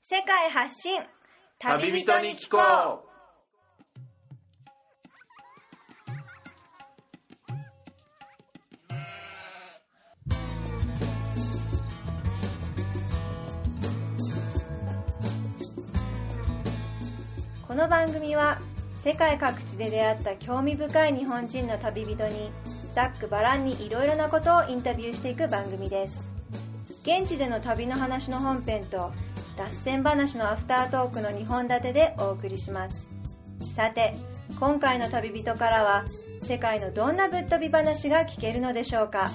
世界発信旅人に聞こう。 この番組は世界各地で出会った興味深い日本人の旅人にざっくばらんにいろいろなことをインタビューしていく番組です。現地での旅の話の本編と脱線話のアフタートークの2本立てでお送りします。さて、今回の旅人からは世界のどんなぶっ飛び話が聞けるのでしょうか。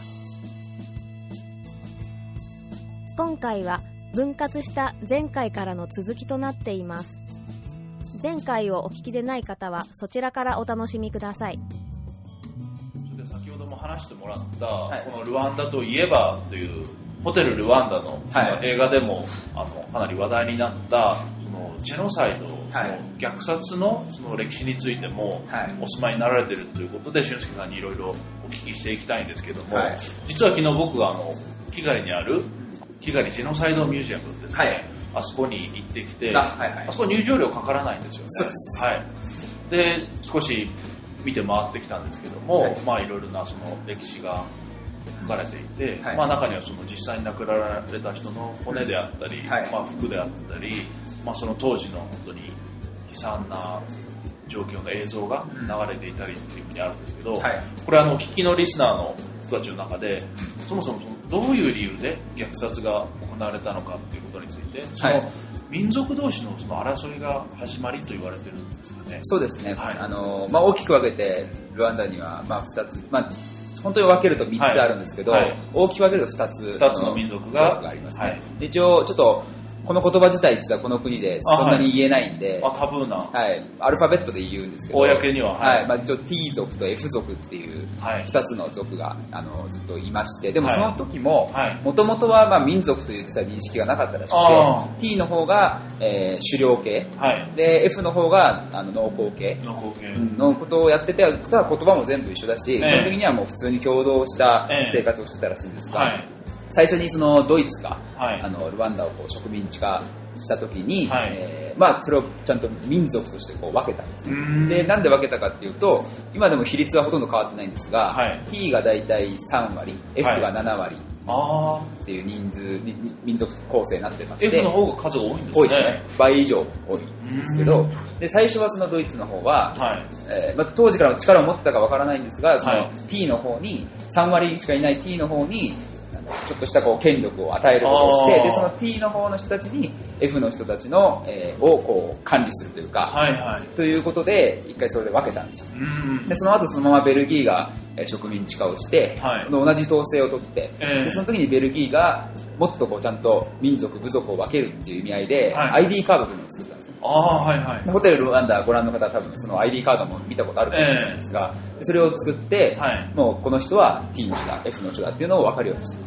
今回は分割した前回からの続きとなっています。前回をお聞きでない方はそちらからお楽しみください。 それで先ほども話してもらった、このルワンダといえばというホテルルワンダの、映画でもかなり話題になったそのジェノサイド、その虐殺のその歴史についても、お住まいになられているということで、俊介さんにいろいろお聞きしていきたいんですけども、実は昨日僕がキガリにあるキガリジェノサイドミュージアムですね、あそこに行ってきて、あそこ入場料かからないんですよね。 そうです。 で、少し見て回ってきたんですけども、いろいろなその歴史が書かれていて、中にはその実際に亡くなられた人の骨であったり、服であったり、その当時の本当に悲惨な状況の映像が流れていたりっていうふうにあるんですけど、これ聞きのリスナーの人たちの中で、そもそもどういう理由で虐殺が行われたのかっていうことについて、その民族同士のその争いが始まりと言われてるんですかね。 そうですね。大きく分けてルワンダには2つ、本当に分けると3つあるんですけど、大きく分けると2つの民族がありますね。一応ちょっとこの言葉自体実はこの国でそんなに言えないんで、 タブーな、 アルファベットで言うんですけど、 公には、 一応 T 族と F 族っていう2つの族がずっといまして、でもその時ももともとは民族という実は認識がなかったらしくて、T の方が狩猟系、で F の方が農耕系のことをやってて、ただ言葉も全部一緒だし、基本的にはもう普通に共同した生活をしてたらしいんですが、最初にそのドイツが、ルワンダを植民地化した時に、それをちゃんと民族として分けたんですね。で、なんで分けたかっていうと、今でも比率はほとんど変わってないんですが、T がだいたい3割、F が7割っていう民族構成になってまして、 F の方が数が多いんですね。 多いですね。倍以上多いんですけど、で最初はそのドイツの方は、当時から力を持ってたかわからないんですが、その T の方に3割しかいない T の方にちょっとした権力を与えることをして、でその T の方の人たちに F の人たちの、を管理するというか、ということで一回それで分けたんですよ。でその後そのままベルギーが植民地化をして、同じ統制を取って、でその時にベルギーがもっとちゃんと民族部族を分けるっていう意味合いで、ID カードというのを作ったんですよ。ホテルルワンダご覧の方は多分その ID カードも見たことあると思うんですが、それを作って、もうこの人は T の人だ F の人だっていうのを分かるようにして、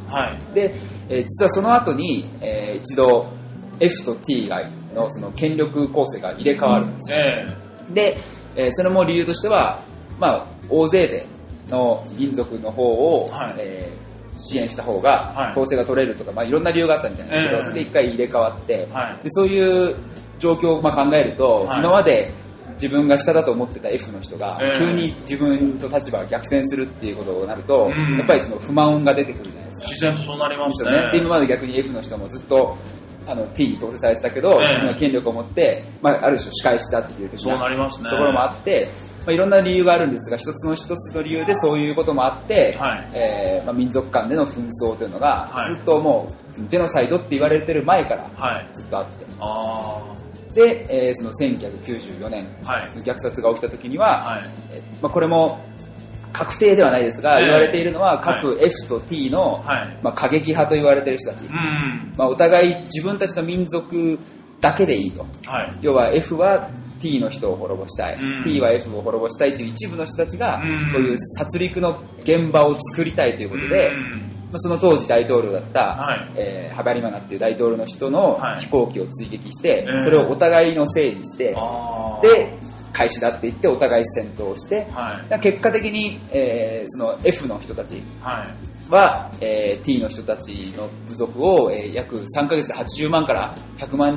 で、実はその後に、一度 F と T のその権力構成が入れ替わるんですよ。で、それも理由としては、大勢での民族の方を、支援した方が統制が取れるとか、いろんな理由があったんじゃないですけど、それで一回入れ替わって、でそういう状況を考えると、今まで自分が下だと思ってた F の人が急に自分と立場が逆転するっていうことになると、やっぱりその不満が出てくるじゃないですか。 自然とそうなりますね。 で今まで逆に F の人もずっとT に統制されてたけど、自分が権力を持って、ある種仕返したっていうところもあって、いろんな理由があるんですが、一つの理由でそういうこともあって、民族間での紛争というのがずっともうジェノサイドって言われてる前からずっとあって、で、その1994年、その虐殺が起きた時には、これも確定ではないですが、言われているのは各 F と T の、過激派と言われている人たち、お互い自分たちの民族だけでいいと、要は F は T の人を滅ぼしたい、T は F を滅ぼしたいという一部の人たちが、そういう殺戮の現場を作りたいということで、その当時大統領だった、ハバリマナっていう大統領の人の飛行機を追撃して、それをお互いのせいにして、で開始だって言ってお互い戦闘して、結果的に、その F の人たちは、T の人たちの部族を、約3ヶ月で80万から100万人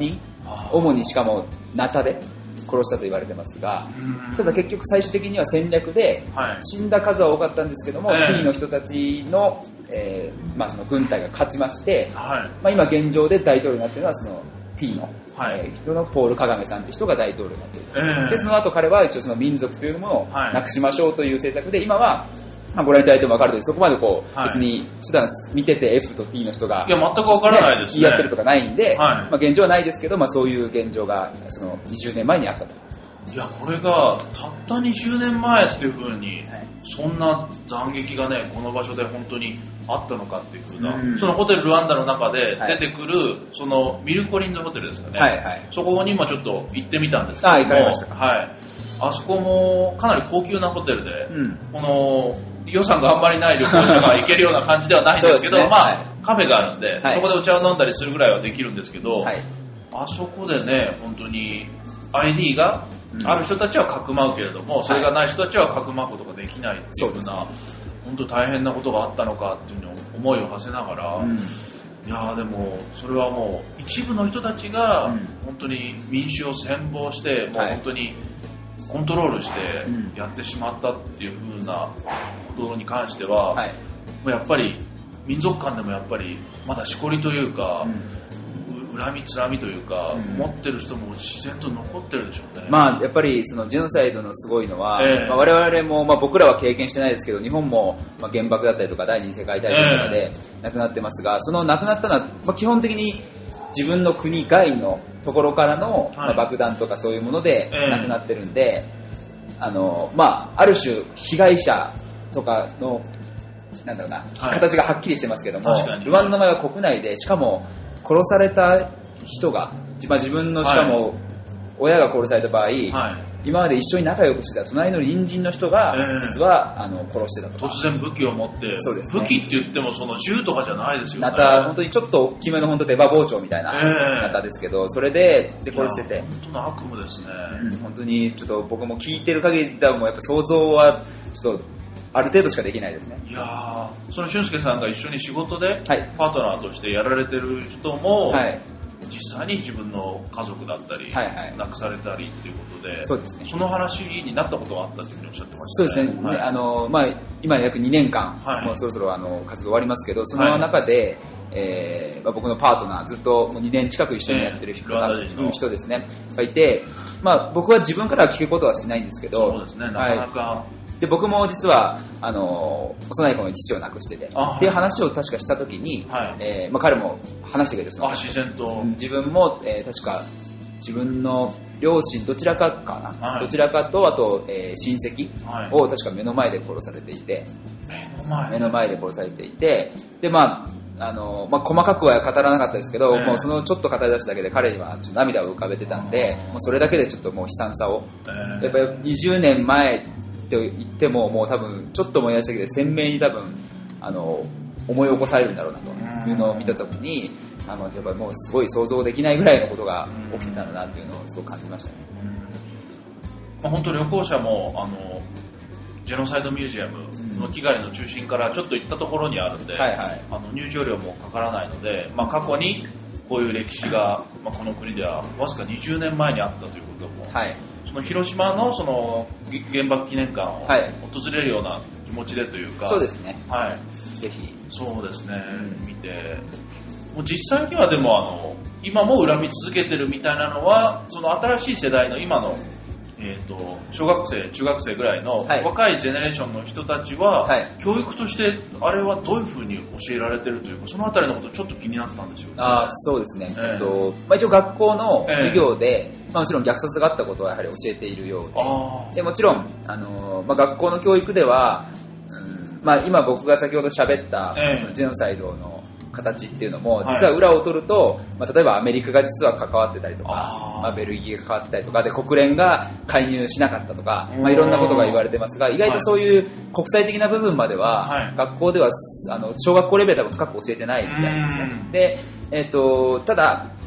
主にしかもナタで殺したと言われてますが、ただ結局最終的には戦略で死んだ数は多かったんですけども、T の人たちの、その軍隊が勝ちまして、今現状で大統領になっているのはその T の人のポール・カガメさんという人が大統領になっている、でその後彼は一応その民族というものをなくしましょうという政策で、今はご覧いただいても分かるとおり、そこまでこう、別に普段見てて F と T の人が、 いや全く分からないですね、 言い合ってるとかないんで、現状はないですけど、そういう現状がその20年前にあったと。 いや、これがたった20年前っていう風に、そんな斬撃がね、この場所で本当にあったのかっていう風な、そのホテルルワンダの中で出てくる、そのミルコリンのホテルですかね、そこにもちょっと行ってみたんですけども、 行かれましたか。 あそこもかなり高級なホテルで、この予算があんまりない旅行者が行けるような感じではないんですけど、カフェがあるんで、そこでお茶を飲んだりするぐらいはできるんですけど、あそこでね、本当に ID がある人たちはかくまうけれども、それがない人たちはかくまうことができないっていうふうな、本当大変なことがあったのかっていうのを思いを馳せながら、いやでもそれはもう一部の人たちが本当に民衆を羨望して、もう本当にコントロールしてやってしまったっていうふうなことに関しては、やっぱり民族間でもやっぱりまだしこりというか、恨みつらみというか、持ってる人も自然と残ってるでしょうね。 やっぱりそのジェノサイドのすごいのは、我々も、僕らは経験してないですけど、日本も原爆だったりとか第二次世界大戦とかで亡くなってますが、その亡くなったのは、基本的に自分の国外のところからの、爆弾とかそういうもので亡くなってるんで、ある種被害者とかのなんだろうな、形がはっきりしてますけども、ルワンダの場合は国内で、しかも殺された人が、自分のしかも親が殺された場合、今まで一緒に仲良くしてた隣の隣人の人が実は殺してたとか、 突然武器を持って、そうですね、武器って言ってもその銃とかじゃないですよね。 ナタ、本当にちょっと大きめの出刃包丁みたいなナタですけど、それで殺してて、 本当の悪夢ですね。 本当にちょっと僕も聞いてる限りではもうやっぱ想像はちょっとある程度しかできないですね。 いやその俊介さんが一緒に仕事でパートナーとしてやられてる人も、実際に自分の家族だったり、亡くされたりっていうことで、 そうですね、 その話になったことがあったというふうにおっしゃってましたね。 そうですね、今約2年間、もうそろそろ活動終わりますけど、その中で、僕のパートナー、ずっともう2年近く一緒にやってる人ですね、がいて、僕は自分からは聞くことはしないんですけど、 そうですね、なかなか。 で僕も実は幼い頃に父を亡くしててっていう話を確かした時に、彼も話してくれるその自然と、 自分も、確か自分の両親どちらかかな、どちらかとあと、親戚を確か目の前で殺されていて、目の前で殺されていて、で細かくは語らなかったですけど、もうそのちょっと語り出しただけで彼にはちょっと涙を浮かべてたんで、もうそれだけでちょっともう悲惨さを、やっぱり20年前って言ってももう多分ちょっと思い出したけど鮮明に多分思い起こされるんだろうなというのを見たときに、やっぱりもうすごい想像できないぐらいのことが起きてたんだなっていうのをすごく感じましたね。 本当旅行者もジェノサイドミュージアム、そのキガリの中心からちょっと行ったところにあるんで、入場料もかからないので、過去にこういう歴史が、この国ではわずか20年前にあったということも、その広島のその原爆記念館を訪れるような気持ちでというか、 そうですね、ぜひそうですね、見て、もう実際にはでも今も恨み続けてるみたいなのは、その新しい世代の今の小学生、中学生ぐらいの若いジェネレーションの人たちは、教育としてあれはどういうふうに教えられてるというか、そのあたりのことちょっと気になったんですよ。 そうですね、一応学校の授業で、もちろん虐殺があったことはやはり教えているようで、もちろん学校の教育では、今僕が先ほど喋った、そのジェノサイドの形っていうのも実は裏を取ると、例えばアメリカが実は関わってたりとか、ベルギーが関わってたりとかで国連が介入しなかったとか、いろんなことが言われてますが、意外とそういう国際的な部分までは、学校では小学校レベルでは深く教えてないみたいですね。で、ただ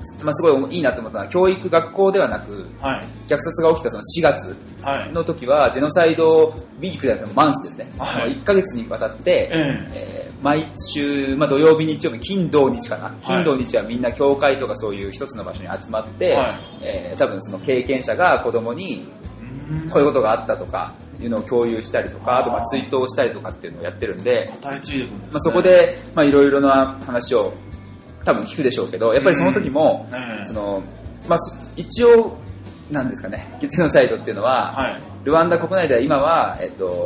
すごいいいなと思ったのは、教育学校ではなく、虐殺が起きたその4月の時は、ジェノサイドウィークじゃなくてマンスですね。1ヶ月にわたって、毎週、土曜日、日曜日、金土日かな。金土日はみんな教会とかそういう一つの場所に集まって、多分その経験者が子供に、こういうことがあったとかいうのを共有したりとか、あと追悼したりとかっていうのをやってるんで、そこでいろいろな話を多分聞くでしょうけど、やっぱりその時も、一応なんですかね、ジェノサイドっていうのは、ルワンダ国内では今は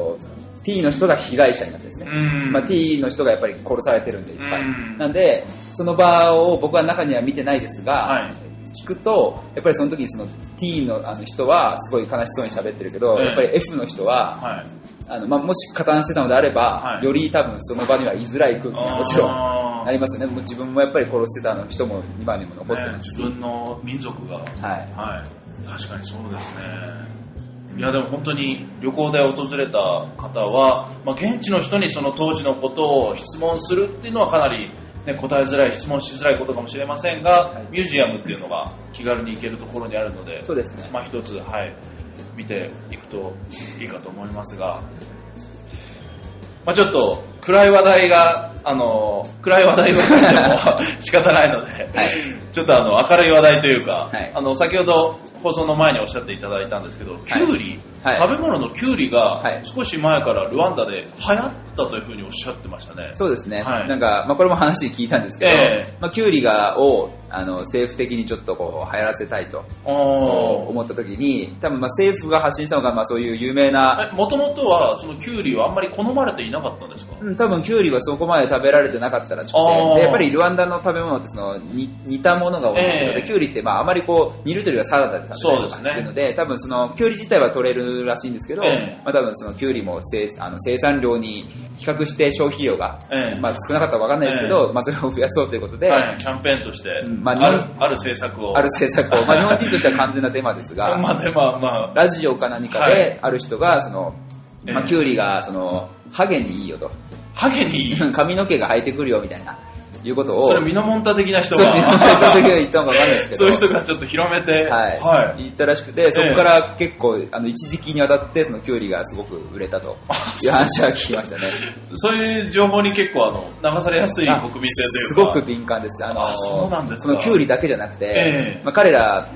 T の人が被害者になってですね、T の人がやっぱり殺されてるんでいっぱい、なんでその場を僕は中には見てないですが、聞くとやっぱりその時にその T の人はすごい悲しそうに喋ってるけど、やっぱり F の人は、もし加担してたのであれば、より多分その場には居づらい空気がもちろんありますよね。もう自分もやっぱり殺してた人も今にも残ってるし、 自分の民族が、確かにそうですね。いやでも本当に旅行で訪れた方は、現地の人にその当時のことを質問するっていうのはかなり答えづらい、質問しづらいことかもしれませんが、ミュージアムっていうのが気軽に行けるところにあるので、 そうですね。 一つ、見ていくといいかと思いますが、ちょっと暗い話題がも仕方ないので、ちょっと明るい話題というか、先ほど放送の前におっしゃっていただいたんですけど、キュウリ、食べ物のキュウリが少し前からルワンダで流行ったというふうにおっしゃってましたね。 そうですね。なんか、これも話で聞いたんですけど、キュウリを政府的にちょっとこう流行らせたいと思った時に、多分政府が発信したのがそういう有名な。 もともとはそのキュウリはあんまり好まれていなかったんですか？ 多分キュウリはそこまで食べられてなかったらしくて、やっぱりルワンダの食べ物って似たものが多いので、キュウリってあまりこう煮るというよりはサラダで食べたりとかっていうので、多分そのキュウリ自体は取れるらしいんですけど、多分そのキュウリも生産量に比較して消費量が、少なかったら分かんないですけど、それを増やそうということで、 キャンペーンとして、ある政策を。 日本人としては完全なデマですが、ラジオか何かである人が、キュウリがハゲにいいよと。 ハゲにいい髪の毛が生えてくるよみたいな。いうことを。 それミノモンタ的な人が。 そう、ミノモンタ的な言ったのか分かんないですけど。 そういう人がちょっと広めて。 言ったらしくて、そこから結構、一時期にわたって、キュウリがすごく売れたという話は聞きましたね。 そういう情報に結構、流されやすい国民性というか。 すごく敏感です。 そうなんですか。 そのキュウリだけじゃなくて、彼ら、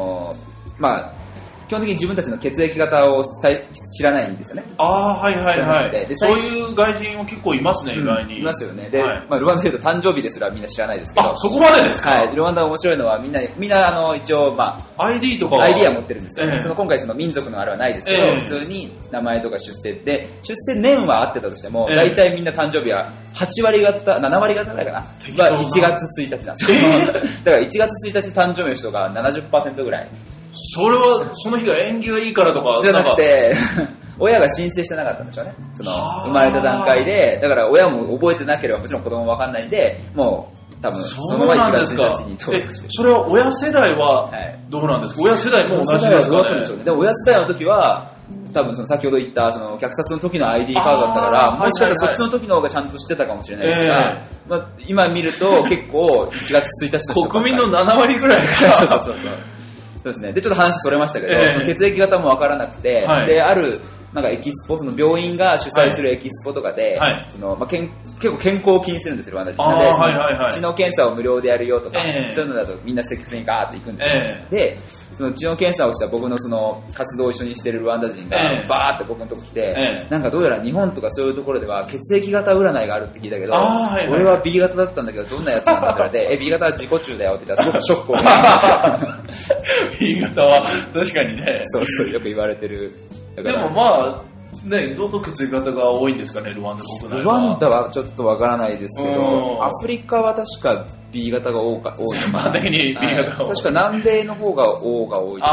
基本的に自分たちの血液型を知らないんですよね。 そういう外人も結構いますね、意外に。 いますよね。で、ルワンダで言うと誕生日ですらみんな知らないですけど。 そこまでですか？ ルワンダ面白いのはみんな一応、 ID とか ID は持ってるんですよ。今回民族のあれはないですけど、普通に名前とか出生で、出生年は合ってたとしても、大体みんな誕生日は8割方、7割方ぐらいかな。が1月1日なんですよ。だから1月1日誕生日の人が 70% ぐらい。 それは、その日が縁起がいいからとかじゃなくて、親が申請してなかったんでしょうね。生まれた段階で、だから親も覚えてなければもちろん子供も分かんないんで、もう多分そのまま1月1日に登録して。 それは親世代はどうなんですか？親世代も同じですかね？ でも親世代の時は、多分先ほど言った虐殺の時の ID カードだったから、もしかしたらそっちの時の方がちゃんとしてたかもしれないですが、今見ると結構1月1日として国民の7割ぐらいか。そうですね。で、ちょっと話それましたけど、その血液型もわからなくて、で、ある、エキスポ、病院が主催するエキスポとかで、結構健康を気にするんですよ、ルワンダ人。なんで、血の検査を無料でやるよとか、そういうのだとみんな積極的にガーッと行くんですよ。で、その血の検査をした僕の活動を一緒にしてるルワンダ人が、バーって僕のとこ来て、なんかどうやら日本とかそういうところでは血液型占いがあるって聞いたけど、俺は B 型だったんだけど、どんなやつなんだって言われて、B 型は自己中だよって言ったらすごくショックを受けた。 B 型は確かにね。 そう、よく言われてる。 でもどの血液型が多いんですかね、ルワンダ国内は。 ルワンダはちょっとわからないですけど、アフリカは確か B 型が多いのかな。 的に B 型が多い。 確か南米の方が O が多い。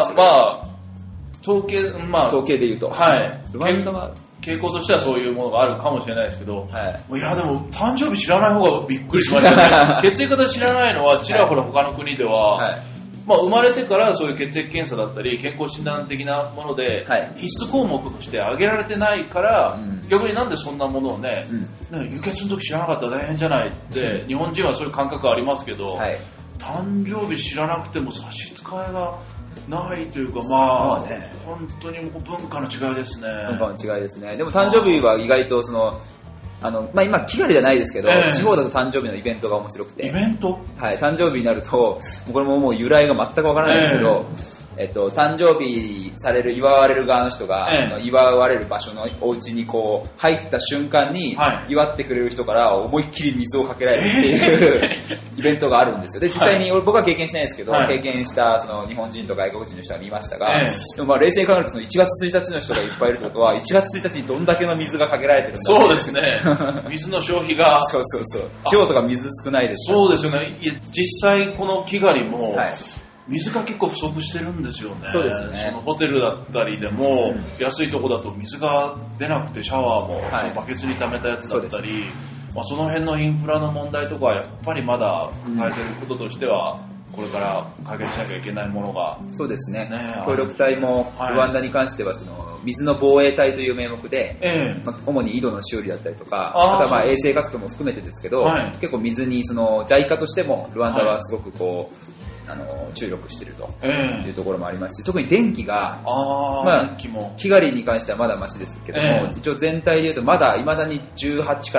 統計で言うと。 ルワンダは傾向としてはそういうものがあるかもしれないですけど、いやでも誕生日知らない方がびっくりしましたね。血液型知らないのはちらほら他の国では、生まれてからそういう血液検査だったり健康診断的なもので必須項目として挙げられてないから、逆になんでそんなものを輸血の時知らなかったら大変じゃないって日本人はそういう感覚ありますけど、 誕生日知らなくても差し支えがないというか、まあね、本当にもう文化の違いですね。 文化の違いですね。でも誕生日は意外とそのまあ、今、キガリじゃないですけど、地方だと誕生日のイベントが面白くて。 イベント？ はい、誕生日になると、これももう由来が全くわからないんですけど、誕生日される、祝われる側の人が、祝われる場所のお家にこう、入った瞬間に、祝ってくれる人から思いっきり水をかけられるっていうイベントがあるんですよ。で、実際に僕は経験してないですけど、経験したその日本人と外国人の人は見ましたが、でもまあ冷静に考えると1月1日の人がいっぱいいるってことは、1月1日にどんだけの水がかけられてるんだ。 そうですね。水の消費が。 そうそうそう。地方とか水少ないですから。そうですよね。実際このキガリも、水が結構不足してるんですよね。 そうですね。 そのホテルだったりでも、安いとこだと水が出なくてシャワーもバケツに溜めたやつだったり、まあ、その辺のインフラの問題とかはやっぱりまだ抱えてることとしては、これから解決しなきゃいけないものが。 そうですね。協力隊もルワンダに関してはその水の防衛隊という名目で、まあ、主に井戸の修理だったりとか、あとはまあ衛生活動も含めてですけど、結構水にそのJICAとしてもルワンダはすごくこう、注力しているというところもありますし、特に電気が、まあ、キガリに関してはまだマシですけども、一応全体でいうとまだ未だに18から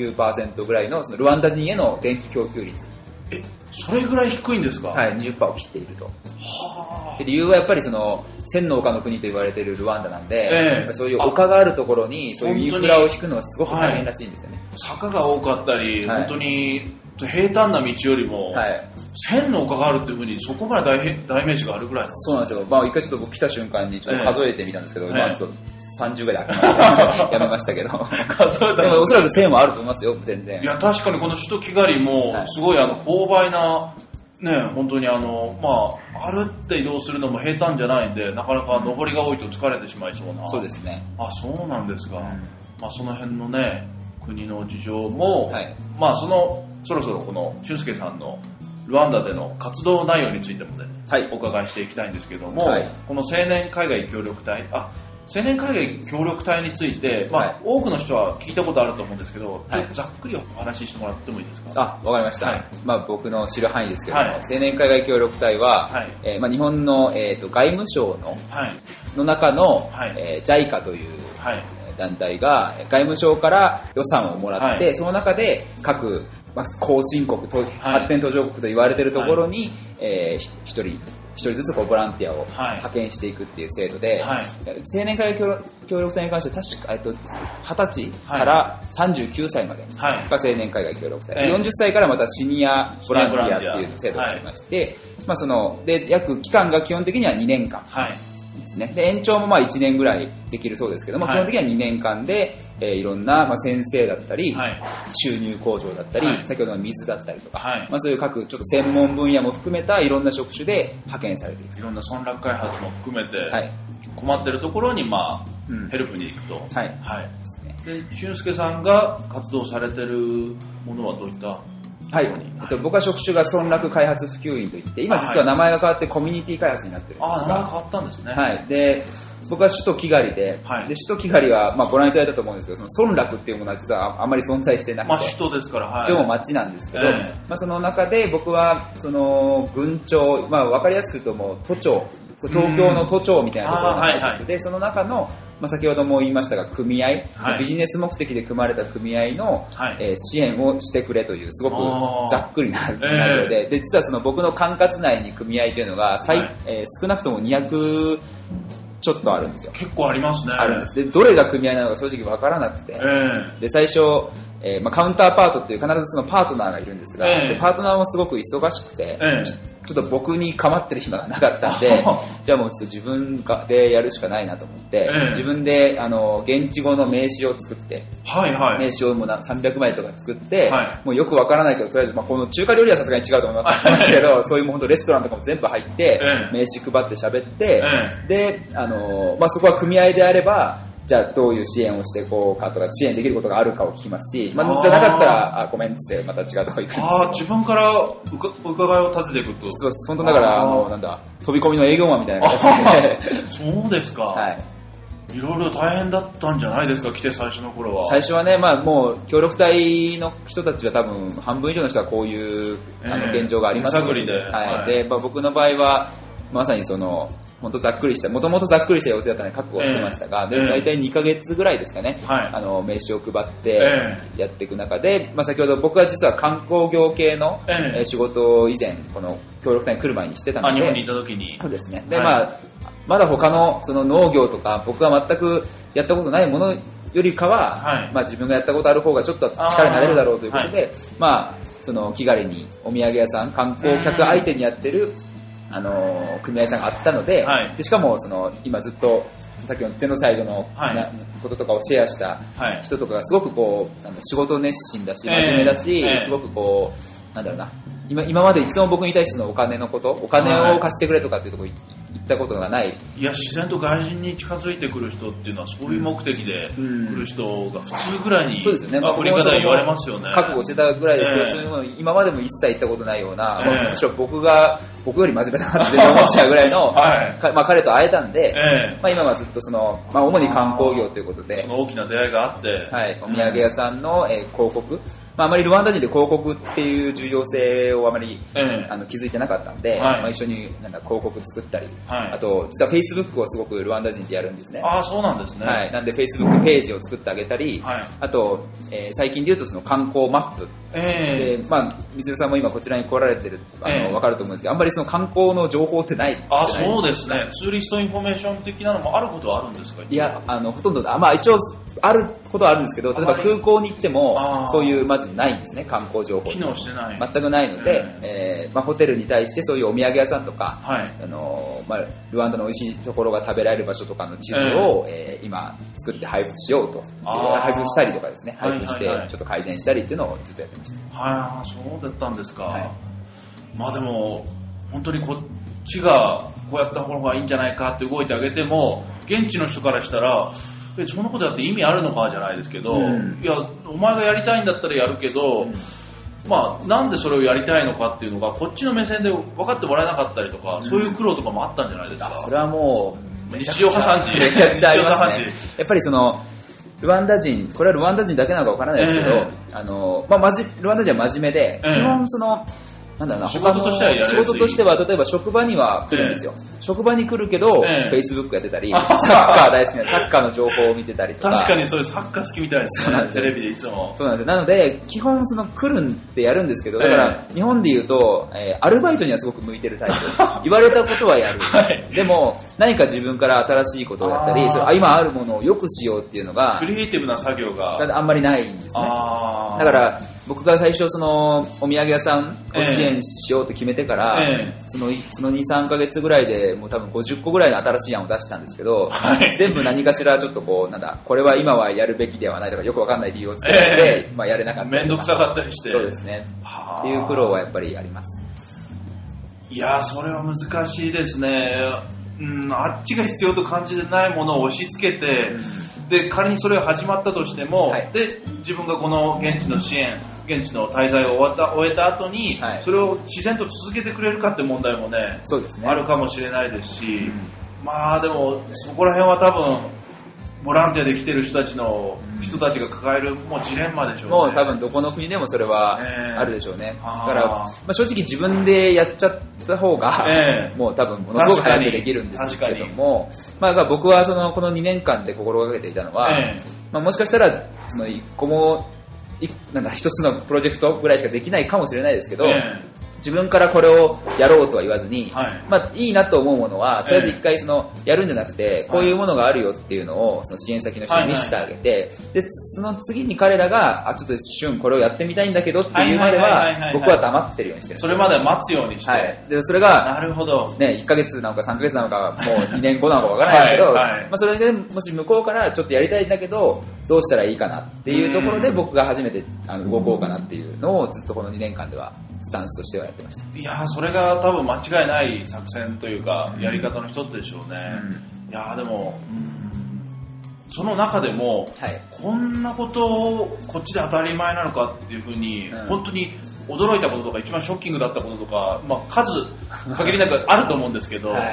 19% ぐらいの、そのルワンダ人への電気供給率。 それぐらい低いんですか？ はい、20% を切っていると。で理由はやっぱりその千の丘の国と言われているルワンダなんで、そういう丘があるところにそういうインフラを引くのはすごく大変らしいんですよね。 坂が多かったり、本当に平坦な道よりも、千の丘があるっていうふうにそこまで代名詞があるぐらいですか？ そうなんですよ。まあ一回ちょっと僕来た瞬間にちょっと数えてみたんですけど、今はちょっと30ぐらいでやめましたけど。でもおそらく1000はあると思いますよ、全然。 いや、確かにこの首都キガリも、すごい勾配な、ね、本当にまあ、歩って移動するのも平坦じゃないんで、なかなか上りが多いと疲れてしまいそうな。 そうですね。 あ、そうなんですか。まあその辺のね、国の事情も、まあそろそろこの俊介さんのルワンダでの活動内容についてもね、お伺いしていきたいんですけども、この青年海外協力隊、青年海外協力隊について、まあ多くの人は聞いたことあると思うんですけど、ざっくりお話ししてもらってもいいですか？ わかりました。まあ僕の知る範囲ですけども、青年海外協力隊は、まあ日本の外務省の中のJICA という団体が外務省から予算をもらって、その中で各後進国、発展途上国と言われているところに、一人ずつこうボランティアを派遣していくっていう制度で、青年海外協力隊に関して確か、20歳から39歳までが青年海外協力隊、40歳からまたシニアボランティアっていう制度がありまして、まあで期間が基本的には2年間。ですね。で延長もまあ1年ぐらいできるそうですけども、基本的には2年間で、いろんなまあ先生だったり、収入向上だったり、先ほどの水だったりとか、まあそういう各ちょっと専門分野も含めたいろんな職種で派遣されていく。 いろんな村落開発も含めて、困ってるところにまあ、ヘルプに行くと。で、俊介さんが活動されてるものはどういった僕は職種が村落開発普及員といって、今実は名前が変わってコミュニティ開発になってるんですが。 名前変わったんですね。 で、僕は首都キガリで、首都キガリは、まあ、ご覧いただいたと思うんですけど、その村落っていうものは実はあまり存在してなくて、 まあ、首都ですから、 一応町なんですけど、まあ、その中で僕は、その、郡庁、まあ、わかりやすく言うともう、都庁、東京の都庁みたいなところが入ってて、で、その中の、まあ、先ほども言いましたが、組合、ビジネス目的で組まれた組合の、支援をしてくれという、すごくざっくりな内容で、実はその僕の管轄内に組合というのが、少なくとも200、ちょっとあるんですよ。 結構ありますね。 あるんです。で、どれが組合なのか正直わからなくて。で、最初、まあ、カウンターパートっていう必ずそのパートナーがいるんですが、でパートナーもすごく忙しくて、ちょっと僕に構ってる暇がなかったんで、じゃあもうちょっと自分でやるしかないなと思って、自分で現地語の名刺を作って、名刺をもう300枚とか作って、もうよくわからないけど、とりあえず、まあ、この中華料理はさすがに違うと思いますけど、そういうもう本当レストランとかも全部入って、名刺配って喋って、で、まあ、そこは組合であれば、じゃあどういう支援をしていこうかとか、支援できることがあるかを聞きますし、まあ、じゃなかったら、ごめんっつってまた違うとこ行くんですけど。 自分からお伺いを立てていくと。 そうです。本当だから、なんだ、飛び込みの営業マンみたいな形で。 そうですか。 いろいろ大変だったんじゃないですか、来て最初の頃は。 最初はね、もう協力隊の人たちは多分半分以上の人はこういう現状がありますので、で、僕の場合はまさに本当ざっくりした、もともとざっくりした要請だったので覚悟してましたが、大体2ヶ月ぐらいですかね、名刺を配ってやっていく中で、先ほど僕は実は観光業系の仕事を以前、この協力隊に来る前にしてたので、 日本にいた時に。 そうですね。で、まだ他の農業とか、僕が全くやったことないものよりかは、自分がやったことある方がちょっと力になれるだろうということで、気軽にお土産屋さん、観光客相手にやってる、組合さんがあったので、でしかも今ずっとさっきのジェノサイドのこととかをシェアした人とかがすごく仕事熱心だし、真面目だし、すごく今まで一度も僕に対してのお金のこと、お金を貸してくれとかっていうところ言ったことがない。 いや、自然と外人に近づいてくる人っていうのはそういう目的で来る人が普通ぐらいに、 そうですよね。 アフリカでは言われますよね。 覚悟してたぐらいですけど、そういうもの今までも一切言ったことないような、むしろ僕より真面目だなって思っちゃうぐらいの、彼と会えたんで、今はずっと主に観光業ということで、 その大きな出会いがあって、 お土産屋さんの広告、あまりルワンダ人で広告っていう重要性をあまり、気づいてなかったんで、一緒に広告作ったり、あと実は Facebook をすごくルワンダ人でやるんですね。 ああ、そうなんですね。 なんで Facebook ページを作ってあげたり、あと、最近で言うと観光マップ、水さんも今こちらに来られてる分かると思うんですけど、あんまり観光の情報ってない。 あ、そうですね。ツーリストインフォメーション的なのもあることはあるんですか？ いや、ほとんど一応あることはあるんですけど、例えば空港に行ってもそういうまずないんですね、観光情報。 機能してない。 全くないので、ホテルに対してそういうお土産屋さんとか、ルワンダの美味しいところが食べられる場所とかの地図を、今作って配布しようと、配布したりとかですね、配布してちょっと改善したりっていうのをずっとやってました。 そうだったんですか。でも本当にこっちがこうやった方がいいんじゃないかって動いてあげても、現地の人からしたらそんなことやって意味あるのかじゃないですけど、いや、お前がやりたいんだったらやるけど、なんでそれをやりたいのかっていうのがこっちの目線で分かってもらえなかったりとか、そういう苦労とかもあったんじゃないですか。 それはもう日常茶飯事。 めちゃくちゃありますね。やっぱりルワンダ人、これはルワンダ人だけなのかわからないですけど、ルワンダ人は真面目で、基本仕事としては例えば職場には来るんですよ。職場に来るけど、Facebook やってたり、サッカー大好きなサッカーの情報を見てたりとか。 確かにそういうサッカー好きみたいですね。テレビでいつも。 そうなんですよ。なので、基本来るってやるんですけど、だから日本で言うと、アルバイトにはすごく向いてるタイプ。言われたことはやる。でも、何か自分から新しいことをやったり、今あるものを良くしようっていうのが、 クリエイティブな作業があんまりないんですね。だから、僕が最初お土産屋さんを支援しようと決めてから、その2、3ヶ月ぐらいでもう多分50個ぐらいの新しい案を出したんですけど、全部何かしらちょっとこれは今はやるべきではないとかよくわかんない理由をつけて、やれなかったりとか。 めんどくさかったりして。 そうですね。っていう苦労はやっぱりあります。 いやー、それは難しいですね。あっちが必要と感じてないものを押し付けて、で仮にそれが始まったとしても、で自分がこの現地の支援、現地の滞在を終えた後に、それを自然と続けてくれるかって問題もね、 そうですね、 あるかもしれないですし、でもそこら辺は多分ボランティアで来てる人たちが抱えるもうジレンマでしょうね。 もう多分どこの国でもそれはあるでしょうね。だから、正直自分でやっちゃった方が、もう多分ものすごく早くできるんですけども、僕はこの2年間で心がけていたのは、もしかしたら1個も一つのプロジェクトぐらいしかできないかもしれないですけど、自分からこれをやろうとは言わずに、いいなと思うものはとりあえず一回やるんじゃなくて、こういうものがあるよっていうのを支援先の人に見せてあげて、でその次に彼らがちょっと一瞬これをやってみたいんだけどっていうまでは僕は黙ってるようにしてるんです。 それまでは待つようにして、 でそれがなるほど、 1ヶ月なのか3ヶ月なのかもう2年後なのかわからないですけど、それでもし向こうからちょっとやりたいんだけどどうしたらいいかなっていうところで僕が初めて動こうかなっていうのをずっとこの2年間ではスタンスとしてはやってました。 いやー、それが多分間違いない作戦というか、やり方の一つでしょうね。いやー、でも、その中でも、こんなことをこっちで当たり前なのかっていうふうに、本当に驚いたこととか、一番ショッキングだったこととか、数限りなくあると思うんですけど、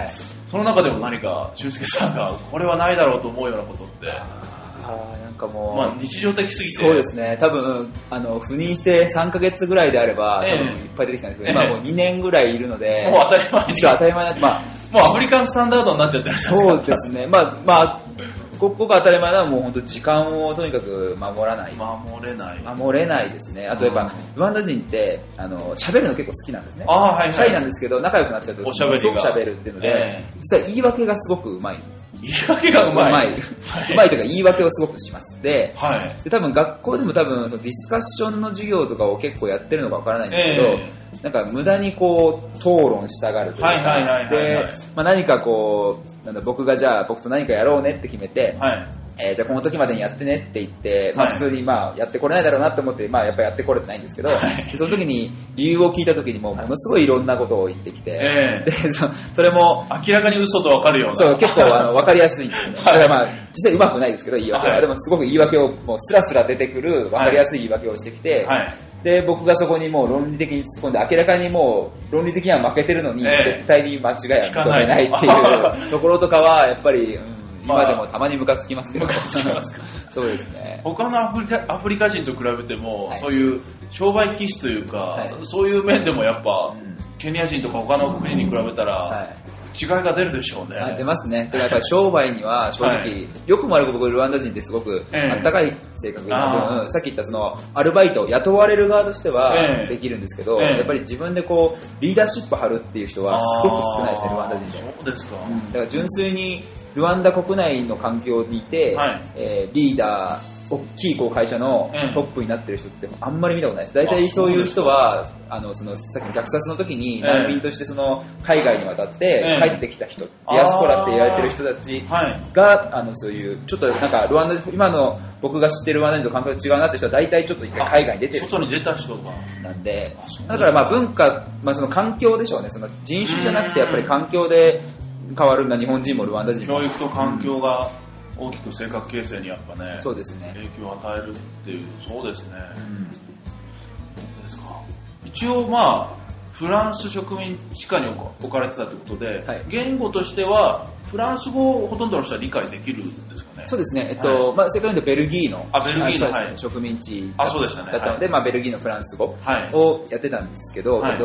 その中でも何か俊介さんがこれはないだろうと思うようなことってなんかもう、 まあ、日常的すぎて。 そうですね。多分、赴任して3ヶ月ぐらいであれば、多分いっぱい出てきたんですけど、今もう2年ぐらいいるので、 もう当たり前に。 当たり前になって、まあ、 もうアフリカンスタンダードになっちゃってるんですか。 そうですね。まあ、ここが当たり前なのはもう本当時間をとにかく守らない。守れないですね。あとやっぱ、ルワンダ人って、喋るの結構好きなんですね。シャイなんですけど、仲良くなっちゃうと、すごく喋るっていうので、実は言い訳がすごくうまい。 言い訳がうまい。 うまいというか言い訳をすごくします。で、多分学校でもそのディスカッションの授業とかを結構やってるのかわからないんですけど、なんか無駄にこう討論したがるというか、で、何かこう、僕と何かやろうねって決めて、じゃあこの時までにやってねって言って、普通にやってこれないだろうなと思って、やっぱやってこれてないんですけど、その時に理由を聞いた時にものすごいいろんなことを言ってきて、で、それも明らかに嘘とわかるような。 そう、結構わかりやすいんですね。だから実際うまくないですけど、言い訳は。でもすごく言い訳をもうスラスラ出てくるわかりやすい言い訳をしてきて、で、僕がそこにもう論理的に突っ込んで、明らかにもう論理的には負けてるのに、絶対に間違いは認めないっていうところとかは、やっぱり、今でもたまにムカつきますけど、そうですね。 他のアフリカ人と比べても、そういう商売気質というか、そういう面でもやっぱ、ケニア人とか他の国に比べたら、違いが出るでしょうね。 出ますね。だからやっぱり商売には正直、よくも悪く僕ルワンダ人ってすごくあったかい性格な分、さっき言ったそのアルバイト、雇われる側としてはできるんですけど、やっぱり自分でこうリーダーシップ張るっていう人はすごく少ないですね、ルワンダ人で。 そうですか。 だから純粋にルワンダ国内の環境にいて、リーダー、大きい会社のトップになってる人ってあんまり見たことないです。大体そういう人は、さっきの虐殺の時に難民として海外に渡って帰ってきた人、ディアスポラって言われてる人たちが、そういう、ちょっとなんかルワンダ、今の僕が知ってるルワンダ人と環境が違うなって人は大体ちょっと一回海外に出てる。 外に出た人が。 なんで、だから文化、その環境でしょうね。その人種じゃなくてやっぱり環境で変わるんだ、日本人もルワンダ人も。 教育と環境が、大きく性格形成にやっぱね、 そうですね、 影響を与えるっていう、そうですね。そうですか。一応フランス植民地下に置かれてたということで、言語としてはフランス語をほとんどの人は理解できるんですかね。 そうですね。正確に言うとベルギーの植民地だったので、ベルギーのフランス語をやってたんですけど、多分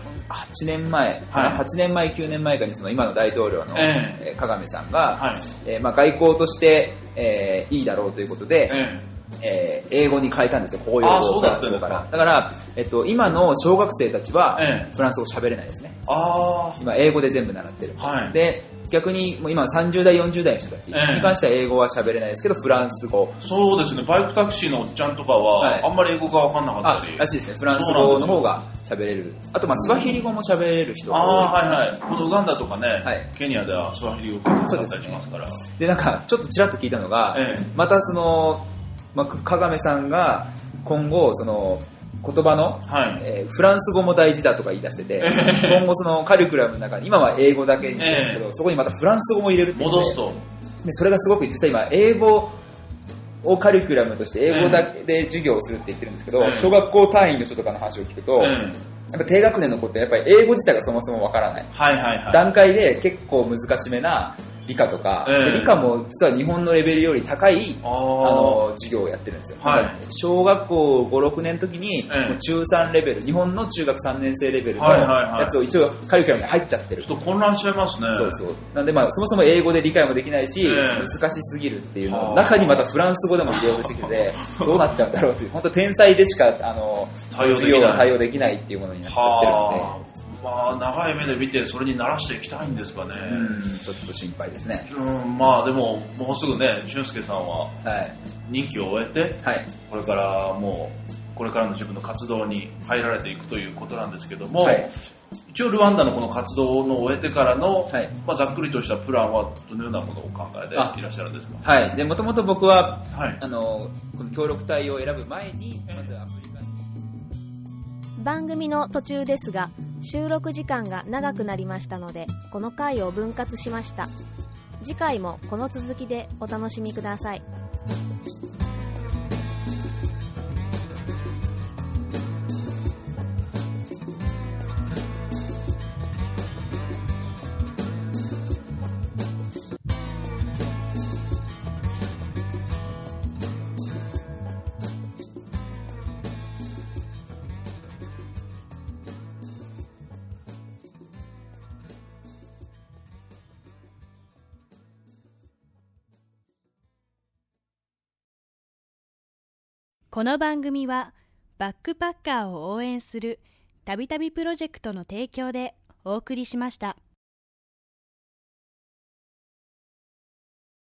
8年前、9年前かに今の大統領のカガメさんが、外交としていいだろうということで、英語に変えたんですよ、公用語をフランス語から。だから、今の小学生たちはフランス語喋れないですね。今英語で全部習ってる。で、逆にもう今30代、40代の人たちに関しては英語は喋れないですけど、フランス語。 そうですね、バイクタクシーのおっちゃんとかは、あんまり英語が分かんなかったり。 らしいですね、フランス語の方が喋れる。あと、スワヒリ語も喋れる人が多い。 このウガンダとかね、ケニアではスワヒリ語を使ったりしますから。 で、なんか、ちょっとちらっと聞いたのが、またカガメさんが今後、言葉の、フランス語も大事だとか言い出してて、今後カリキュラムの中に、今は英語だけにしてるんですけど、そこにまたフランス語も入れるって戻すと。 で、それがすごく実は今、英語をカリキュラムとして英語だけで授業をするって言ってるんですけど、小学校単位の人とかの話を聞くと、やっぱ低学年の子ってやっぱり英語自体がそもそもわからない。段階で結構難しめな理科とか、理科も実は日本のレベルより高い授業をやってるんですよ。小学校5、6年の時にもう中3レベル、日本の中学3年生レベルのやつを一応カリキュラムに入っちゃってる。 ちょっと混乱しちゃいますね。 そうそう。なんでそもそも英語で理解もできないし、難しすぎるっていうのを中にまたフランス語でも入れようとしてきて、どうなっちゃうんだろうっていう、本当天才でしか授業が対応できないっていうものになっちゃってるので。 長い目で見てそれに慣らしていきたいんですかね。 ちょっと心配ですね。 でももうすぐね、俊介さんは任期を終えて、これからの自分の活動に入られていくということなんですけども、一応ルワンダのこの活動を終えてからの、ざっくりとしたプランはどのようなものをお考えでいらっしゃるんですか。 で、もともと僕は、この協力隊を選ぶ前に、まずアフリカ番組の途中ですが、収録時間が長くなりましたので、この回を分割しました。次回もこの続きでお楽しみください。 この番組はバックパッカーを応援するたびたびプロジェクトの提供でお送りしました。